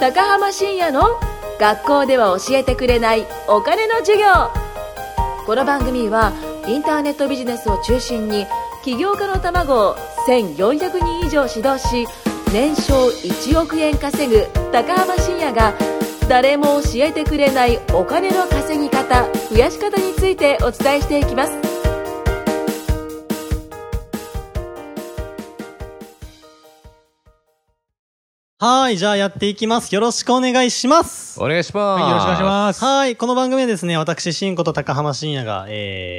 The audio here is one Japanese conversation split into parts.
高浜深也の学校では教えてくれないお金の授業。この番組はインターネットビジネスを中心に起業家の卵を1400人以上指導し、年商1億円稼ぐ高浜深也が誰も教えてくれないお金の稼ぎ方、増やし方についてお伝えしていきます。 はい、じゃあやっていきます。よろしくお願いします。 お願いします。 はい、よろしくお願いします。 はい、この番組はですね、私、新子と高浜深也が、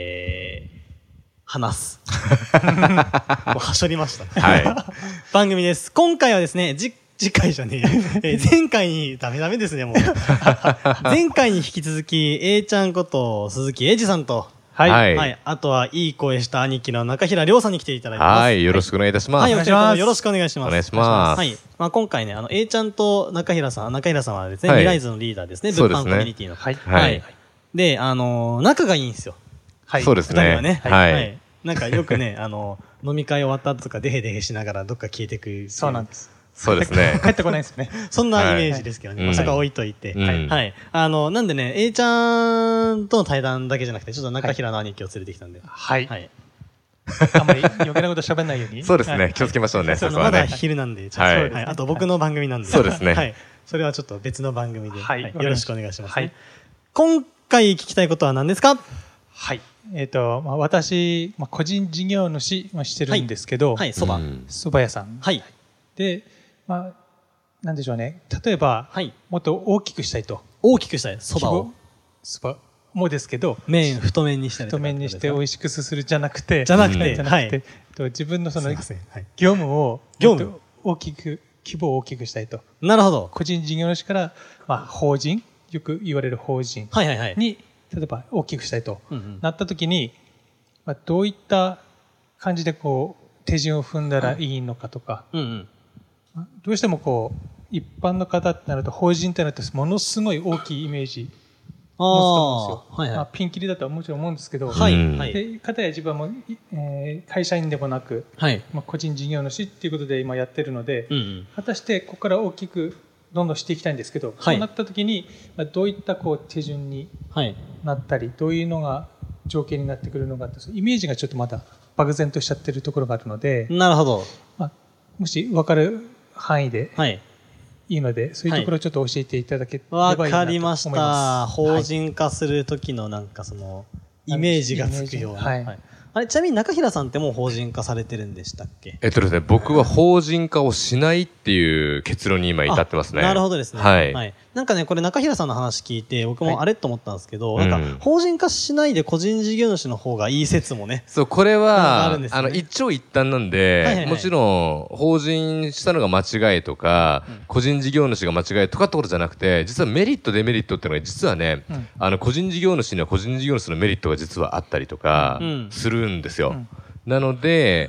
話す。もうはしょりました。 はい。 番組です。今回はですね、次回じゃねえ、前回に、ダメですね、もう。前回に引き続き、A ちゃんこと鈴木英二さんと、 はい。 はいはい。あとは、いい声した兄貴の中平亮さんに来ていただいてます。 はい。よろしくお願いいたします。 はい、 お願いします。 よろしくお願いします。 お願いします。 はい。まあ、今回ね、A ちゃんと中平さんはですね、 はいミライズのリーダーですね、 そうですね物販コミュニティの。 はい。 はいはい。で、仲がいいんですよ。 はい。 そうですね。 二人はね。 はい。 なんかよくね、飲み会終わった後とかデヘデヘしながらどっか消えてく。 そうなんです。 そうですね。 帰ってこないですね。 そんなイメージですけどね。 はいまあそこは置いといて。 うんはい。なんでね、A ちゃんとの対談だけじゃなくて、ちょっと中平の兄貴を連れてきたんで。 はい。 はい。 あんまり余計なこと喋んないように。 そうですね。気をつけましょうね。そこはまだね。 昼なんで、ちょっとはいあと僕の番組なんで。 そうですねはい。それはちょっと別の番組で。 はいよろしくお願いします。 はい。 今回聞きたいことは何ですか？ はい。私、個人事業主してるんですけど、 はい、そば。 蕎麦屋さん。 はい。 で、なんでしょうね。例えば、 はい。 もっと大きくしたいと。 大きくしたい。そばを。 蕎麦もですけど、 麺太麺にしたりとか。 太麺にして美味しくすするじゃなくて、 じゃなくて、はい。 自分のそのすいませんはい業務を業務もっと大きく、規模を大きくしたいと。 なるほど。 個人事業主から、法人、よく言われる法人はいはいはい。 に、例えば大きくしたいとうんうんなったときに、どういった感じで手順を踏んだらいいのかとか、 うんうん。 どうしても一般の方ってなると、法人ってなるとものすごい大きいイメージ持つと思うんですよ。 はいはい。 ピンキリだとはもちろん思うんですけど、 はいうんはい。 で、かたや自分はもう、会社員でもなく、 はい。 個人事業主っていうことで今やってるので、 うんうん。 果たしてここから大きくどんどんしていきたいんですけど、 はいそうなった時に、どういった手順にはい。 なったり、どういうのが条件になってくるのかって、イメージがちょっとまだ漠然としちゃってるところがあるので、 なるほど。 もし分かる範囲ではい。 いいので、そういうところをちょっと教えていただければいいなと思います。 わかりました。法人化する時のなんかイメージがつくような。 はいあれ、ちなみに中平さんってもう法人化されてるんでしたっけ？ ですね、僕は法人化をしないっていう結論に今至ってますね。 なるほどですね。 はい。 なんかね、これ中平さんの話聞いて、僕もあれと思ったんですけど、 はいなんか、法人化しないで個人事業主の方がいい説もね。 そう、これなんかあは、 るんですよね一長一短なんで、 はいはいはいもちろん、法人したのが間違いとか、個人事業主が間違いとかってことじゃなくて、実はメリット、デメリットっていうのが実はね、個人事業主には個人事業主のメリットが実はあったりとかうん、 するんですよ。 うんなので、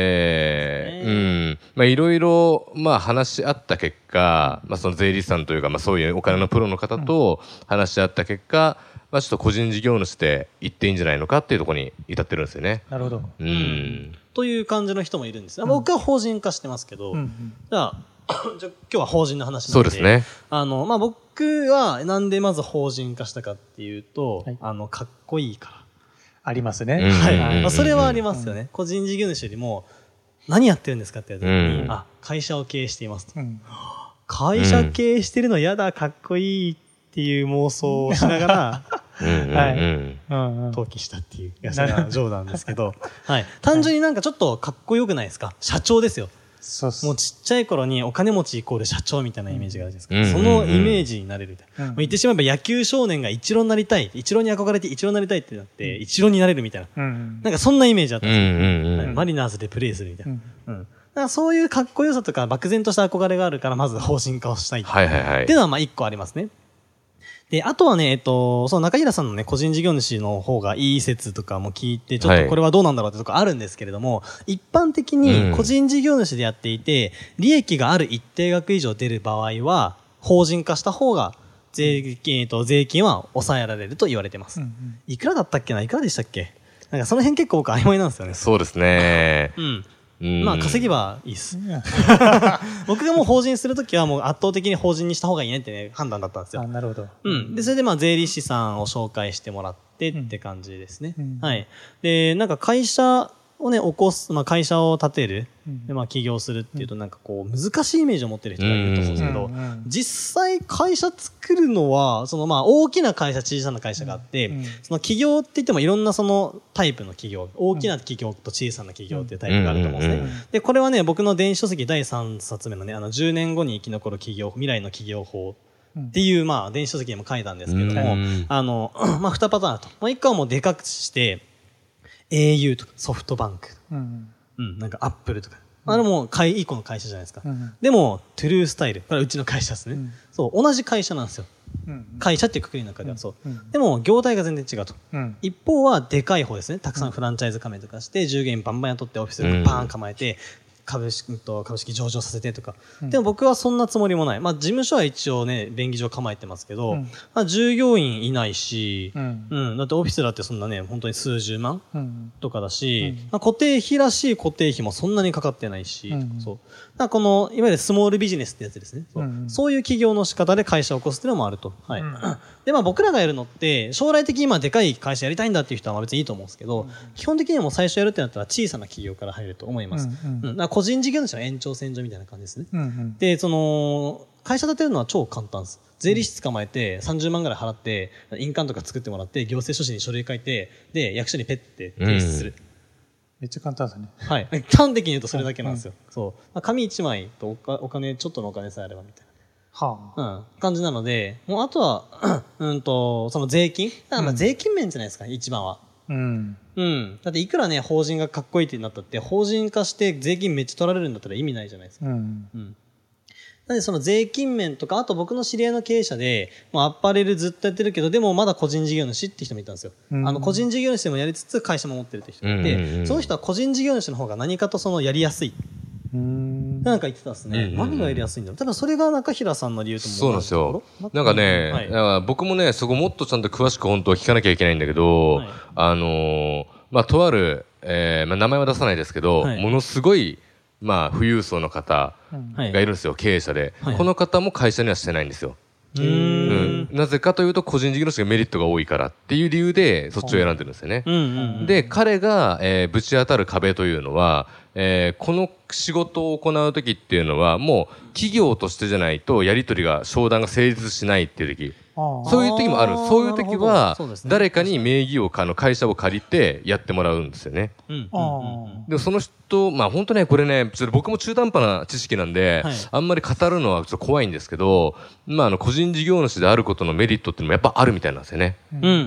いろいろ、話し合った結果、その税理士さんというか、そういうお金のプロの方と話し合った結果、ちょっと個人事業主で行っていいんじゃないのかっていうところに至ってるんですよね。 なるほど。 という感じの人もいるんです。僕は法人化してますけど、じゃあ今日は法人の話なので。 そうですね。 僕はなんでまず法人化したかっていうと、かっこいいから。 ありますね。 はい。それはありますよね。個人事業主よりも、何やってるんですかって言われた時に、会社を経営していますと。会社経営してるのやだ、かっこいいっていう妄想をしながら、登記したっていう、いや、それは冗談ですけど、はい。単純になんかちょっとかっこよくないですか？社長ですよ。もうちっちゃい頃にお金持ちイコール社長みたいなイメージがあるじゃないですか。そのイメージになれるみたいな。言ってしまえば野球少年がイチローになりたい、イチローに憧れてイチローになりたいってなって、イチローになれるみたいな。なんかそんなイメージあったんですよ。マリナーズでプレーするみたいな。だからそういうかっこよさとか漠然とした憧れがあるから、まず法人化をしたい。っていうのは一個ありますね。で、あとはね、その中平さんのね、個人事業主の方がいい説とかも聞いて、ちょっとこれはどうなんだろうってとこあるんですけれども、一般的に個人事業主でやっていて、利益がある一定額以上出る場合は、法人化した方が税金は抑えられると言われてます。いくらだったっけな？いくらでしたっけ？なんかその辺結構僕曖昧なんですよね。 そうですね。 まあ稼げばいいです。僕がもう法人するときはもう圧倒的に法人にした方がいいねってね、判断だったんですよ。 なるほど。 で、それでまあ税理士さんを紹介してもらってって感じですね。はい。で、なんか会社をね、起こす、まあ会社を立てる、でまあ起業するっていうとなんかこう難しいイメージを持ってる人がいると思うんですけど、実際会社作るのは、そのまあ大きな会社、小さな会社があって、その起業って言ってもいろんなそのタイプの起業、大きな起業と小さな起業っていうタイプがあると思うんですね。で、これはね、僕の電子書籍第3冊目のね、10年後に生き残る起業、未来の起業法っていう、まあ電子書籍にも書いたんですけども、まあ2パターンあると。まあ1個はもうでかくして、au とかソフトバンク、なんかアップルとか、あれも一個の会社じゃないですか。でも、トゥルースタイル、これはうちの会社ですね。そう、同じ会社なんですよ。会社っていうくくりの中ではそう。でも、業態が全然違うと。一方はでかい方ですね。たくさんフランチャイズ加盟とかして、従業員バンバン雇ってオフィスでパーン構えて、株式上場させてとか。でも僕はそんなつもりもない。まあ事務所は一応ね、便宜上構えてますけど、まあ従業員いないし、だってオフィスだってそんなね、本当に数十万とかだし、まあ固定費らしい固定費もそんなにかかってないし、そう。だからこの、いわゆるスモールビジネスってやつですね。そういう企業の仕方で会社を起こすっていうのもあると。はい。で、まあ僕らがやるのって、将来的に今でかい会社やりたいんだっていう人は別にいいと思うんですけど、基本的にはもう最初やるってなったら小さな企業から入ると思います。個人事業主の延長線上みたいな感じですね。で、その、会社建てるのは超簡単です。税理士捕まえて30万ぐらい払って、印鑑とか作ってもらって、行政書士に書類書いて、で、役所にペッて提出する。 めっちゃ簡単ですね。 はい。端的に言うとそれだけなんですよ。そう。紙1枚とお金、ちょっとのお金さえあればみたいな。感じなので、もうあとは、その税金。まあ税金面じゃないですか、一番は。だっていくらね、法人がかっこいいってなったって、法人化して税金めっちゃ取られるんだったら意味ないじゃないですか。なのでその税金面とか、あと僕の知り合いの経営者で、もうアッパレルずっとやってるけど、でもまだ個人事業主って人もいたんですよ。個人事業主でもやりつつ会社も持ってるって人がいて、その人は個人事業主の方が何かとそのやりやすい。なんか言ってたんですね。何がやりやすいんだろう。多分それが中平さんの理由ともそうなんですよ。なんかね、僕もね、そこもっとちゃんと詳しく本当は聞かなきゃいけないんだけど、まあ、とある、まあ、名前は出さないですけど、ものすごい、まあ、富裕層の方がいるんですよ、経営者で。この方も会社にはしてないんですよ。なぜかというと、個人事業主がメリットが多いからっていう理由で、そっちを選んでるんですよね。で、彼が、ぶち当たる壁というのは、この仕事を行うときっていうのは、もう企業としてじゃないと、やり取りが、商談が成立しないっていうとき。そういう時もある。そういう時は、誰かに名義を、会社を借りてやってもらうんですよね。でもその人、まあ本当ね、これね、ちょっと僕も中途半端な知識なんで、あんまり語るのはちょっと怖いんですけど、まあ個人事業主であることのメリットっていうのもやっぱあるみたいなんですよね。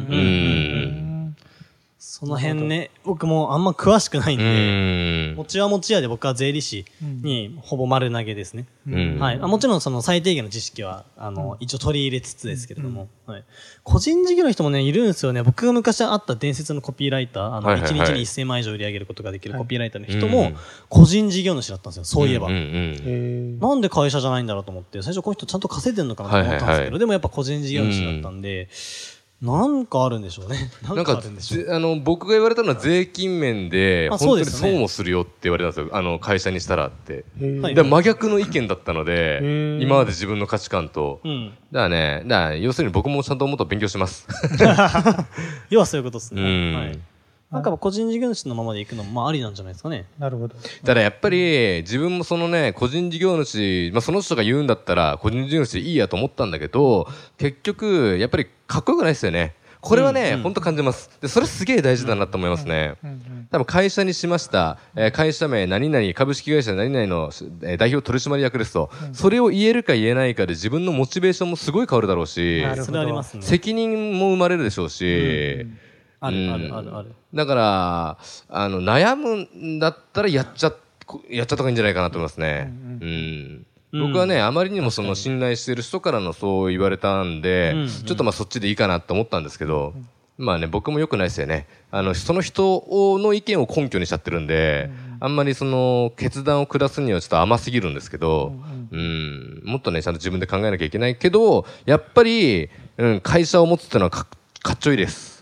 その辺ね、僕もあんま詳しくないんで、持ちは持ちやで僕は税理士にほぼ丸投げですね。はい。もちろんその最低限の知識は、一応取り入れつつですけれども、はい。個人事業の人もね、いるんですよね。僕が昔会った伝説のコピーライター、1日に1000万以上売り上げることができるコピーライターの人も、個人事業主だったんですよ、そういえば。なんで会社じゃないんだろうと思って、最初この人ちゃんと稼いでんのかなと思ったんですけど、でもやっぱ個人事業主だったんで、なんかあるんでしょうね。 なんか、僕が言われたのは税金面で、本当に損をするよって言われたんですよ。会社にしたらって。で真逆の意見だったので、今まで自分の価値観と。だからね、要するに僕もちゃんともっと勉強します。 要はそういうことですね。はい。なんか個人事業主のままで行くのもまあありなんじゃないですかね。 なるほど。 ただやっぱり自分もそのね、個人事業主、まあその人が言うんだったら個人事業主でいいやと思ったんだけど、結局やっぱりかっこよくないですよね。これはね、本当感じます。で、それすげえ大事だなと思いますね。多分会社にしました。会社名何々、株式会社何々の代表取締役ですと。それを言えるか言えないかで自分のモチベーションもすごい変わるだろうし、 それありますね。 責任も生まれるでしょうし、 ある。 だから、悩むんだったらやっちゃった方がいいんじゃないかなと思いますね。僕はね、あまりにもその信頼してる人からのそう言われたんで、ちょっとまあそっちでいいかなと思ったんですけど、まあね、僕も良くないですよね。その人の意見を根拠にしちゃってるんで、あんまりその決断を下すにはちょっと甘すぎるんですけど、もっとね、ちゃんと自分で考えなきゃいけないけど、やっぱり、会社を持つっていうのはかっちょいいです。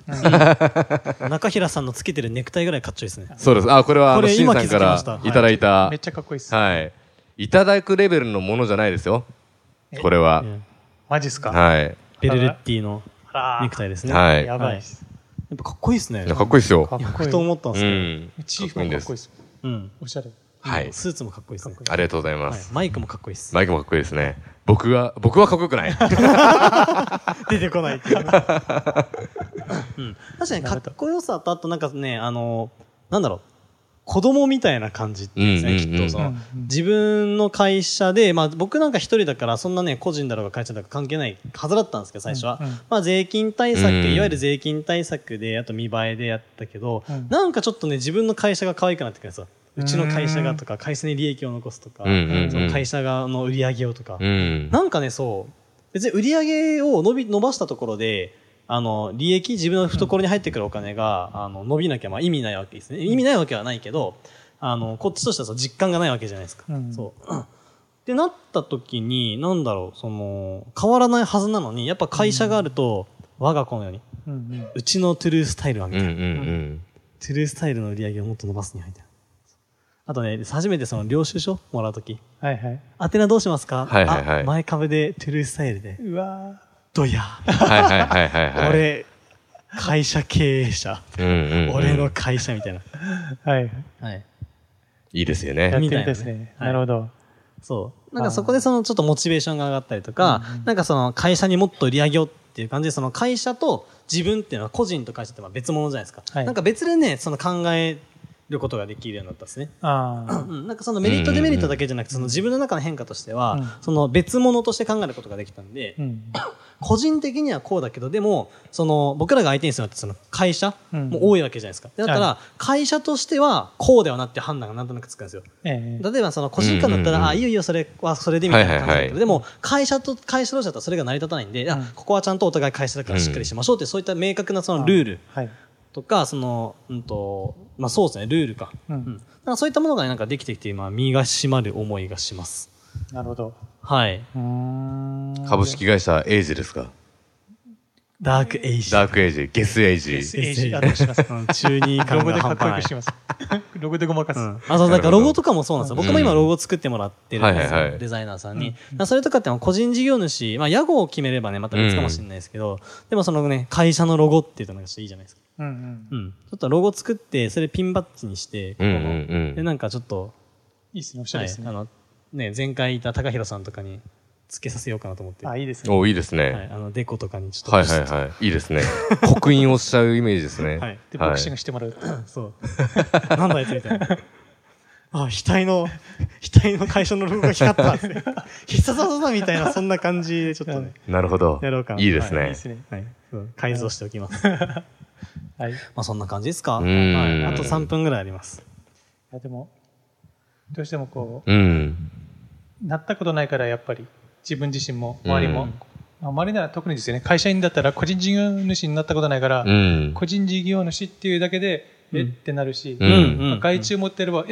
中平さんのつけてるネクタイぐらいかっちょいいですね。 そうです。これはこれシンさんか今気づきましたらいただいた、 めっちゃかっこいいです。 はい。いただくレベルのものじゃないですよ。これは。 マジっすか？ はい。 ベルレッティのネクタイですね。 はい。 やばいっす。 やっぱかっこいいですね。 かっこいいですよ。 かっこいい。 ふと思ったんですけど。 チーフもかっこいいです。 うん。 おしゃれ。 はい。 スーツもかっこいいですね。 ありがとうございます。 マイクもかっこいいです。 マイクもかっこいいですね。僕はかっこよくない。 出てこないっていう。うん。確かにかっこよさと、あとなんかね、なんだろう。子供みたいな感じですね、きっと。その、自分の会社で、まあ僕なんか一人だから、そんなね、個人だろうが会社だろうが関係ないはずだったんですけど、最初は。まあ税金対策、いわゆる税金対策で、あと見栄えでやったけど、なんかちょっとね、自分の会社が可愛くなってくるんですよ。うちの会社がとか、会社に利益を残すとか、その会社側の売り上げをとか。なんかね、そう、別に売り上げを伸ばしたところで、利益、自分の懐に入ってくるお金が、伸びなきゃ、まあ意味ないわけですね。意味ないわけはないけど、こっちとしてはそう実感がないわけじゃないですか。そう。ってなった時に、なんだろう、変わらないはずなのに、やっぱ会社があると、我が子のように、うちのトゥルースタイルはみたいな。トゥルースタイルの売り上げをもっと伸ばすにはみたいな。あとね、初めて領収書もらうとき。 はいはい。 宛名どうしますか？ はいはいはい。 前株でトゥルースタイルで。 うわー。 どや。 はいはいはいはい。 俺、会社経営者。俺の会社みたいな。 はい。 はい。 いいですよね。 やってみたいですね。なるほど。 そう。なんかそこでちょっとモチベーションが上がったりとか、なんか会社にもっと売り上げをっていう感じで、会社と自分っていうのは個人と会社って別物じゃないですか。なんか別でね、考えることができるようになったんですね。なんかメリットデメリットだけじゃなくて、自分の中の変化としては、別物として考えることができたんで、個人的にはこうだけど、でも、僕らが相手にするのって会社も多いわけじゃないですか。だったら、会社としてはこうではなって判断がなんとなくつくんですよ。例えば個人間だったら、いいよ、それはそれでみたいな感じだけど、でも、会社同士だったらそれが成り立たないんで、ここはちゃんとお互い会社だからしっかりしましょうって、そういった明確なルールとか、まあそうですね、ルールか。そういったものがなんかできてきて、身が締まる思いがします。 なるほど。 はい。 株式会社エイジですか？ ダークエイジ。 ダークエイジ。ゲスエイジ。 中二感が半端ない。ロゴでかっこよくします。 ロゴでごまかす。 なんかロゴとかもそうなんですよ。僕も今ロゴ作ってもらってるんですよ。デザイナーさんに。それとかって個人事業主、まあ屋号を決めればね、また別かもしれないですけど、でも会社のロゴっていうとなんかちょっといいじゃないですか。ちょっとロゴ作って、それピンバッジにして、で、なんかちょっと、 いいですね、おしゃれですね。 前回いた高弘さんとかにつけさせようかなと思って。 いいですね。 お、いいですね。 デコとかにちょっと。 はいはいはい。いいですね。刻印をしちゃうイメージですね。 はい。で、ボクシングしてもらう。 そう。なんだやつみたいな。額の会社のロゴが光ったんですね。必殺技だみたいな、そんな感じでちょっとね。 なるほど。 やろうかな。 いいですね。 いいですね。はい。改造しておきます。はい。まあそんな感じですか？はい。あと3分ぐらいあります。 いやでも、どうしてもなったことないからやっぱり自分自身も周りも、周りなら特にですよね、会社員だったら個人事業主になったことないから、個人事業主っていうだけで、ってなるし、外注持ってれば、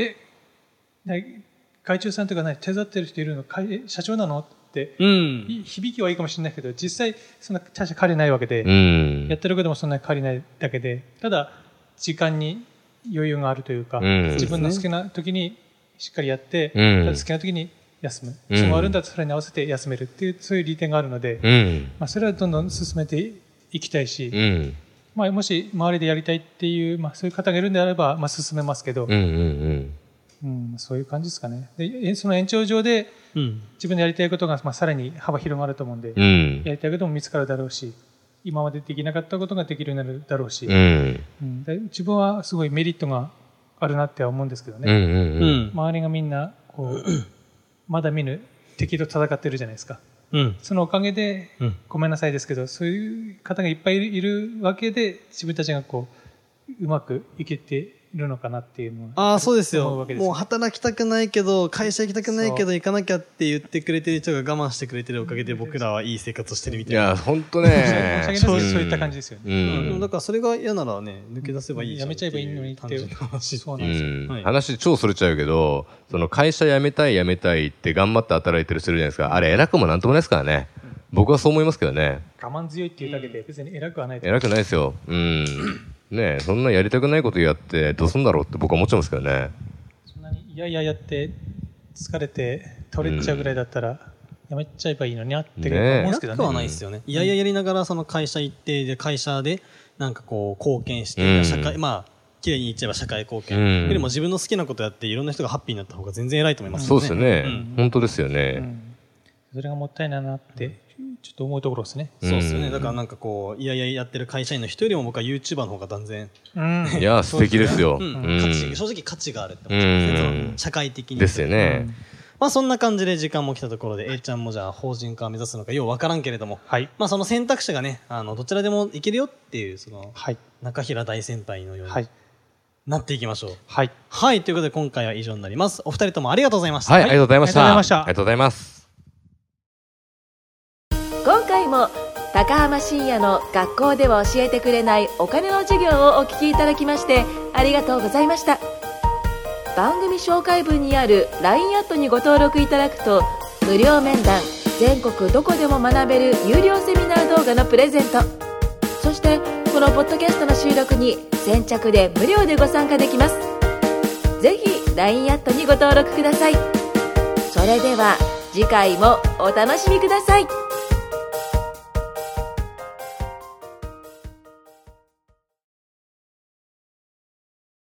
外注さんとか手伝ってる人いるの、社長なのって、響きはいいかもしれないけど、実際そんな大した借りないわけで、やってることもそんなに借りないだけで、ただ時間に余裕があるというか、自分の好きな時にしっかりやって、好きな時に休む。そのあるんだとそれに合わせて休めるっていう、そういう利点があるので、それはどんどん進めていきたいし、もし周りでやりたいっていう、そういう方がいるんであれば、進めますけど、そういう感じですかね。で、その延長上で、自分でやりたいことが、さらに幅広がると思うんで、やりたいことも見つかるだろうし、今までできなかったことができるようになるだろうし、自分はすごいメリットがあるなって思うんですけどね。周りがみんな、まだ見ぬ敵と戦ってるじゃないですか。そのおかげで、ごめんなさいですけど、そういう方がいっぱいいるわけで、自分たちがうまくいけているのかなっていうのは。 そうですよ。もう働きたくないけど、会社行きたくないけど行かなきゃって言ってくれてる人が我慢してくれてるおかげで僕らはいい生活をしてるみたいな。 いや、ほんとね。 そういった感じですよね。 だからそれが嫌ならね、抜け出せばいいじゃん。 やめちゃえばいいのにっていう話。そうなんですよ。話超それちゃうけど、その会社辞めたいって頑張って働いてる人いるじゃないですか。あれ偉くもなんともないですからね。 僕はそう思いますけどね。 我慢強いっていうだけで別に偉くはないと。 偉くないですよ。ねえ、そんなやりたくないことやってどうすんだろうって僕は思っちゃいますけどね。 そんなにいやいややって疲れて取れちゃうぐらいだったらやめちゃえばいいのになって思うんですけどね。 偉くはないですよね。いやいややりながらその会社行ってで会社でなんかこう貢献して社会綺麗に言っちゃえば社会貢献よりも自分の好きなことやっていろんな人がハッピーになった方が全然偉いと思いますよね。 そうですよね。本当ですよね。 それがもったいないなってちょっと思うところですね。 そうですよね。だからなんかこういやいややってる会社員の人よりも僕は YouTuber の方が断然いや素敵ですよ。 正直価値があるって思っちゃう。社会的にですよね。 そんな感じで時間も来たところで A ちゃんもじゃあ法人化を目指すのかようわからんけれども、その選択肢がねどちらでもいけるよっていうその中平大先輩のようになっていきましょう。はい、ということで今回は以上になります。お二人ともありがとうございました。 はい、ありがとうございました。ありがとうございます。 今回も高浜深也の学校では教えてくれないお金の授業をお聞きいただきましてありがとうございました。番組紹介文にある LINE アットにご登録いただくと無料面談、全国どこでも学べる有料セミナー動画のプレゼント、そしてこのポッドキャストの収録に先着で無料でご参加できます。ぜひ LINE アットにご登録ください。それでは次回もお楽しみください。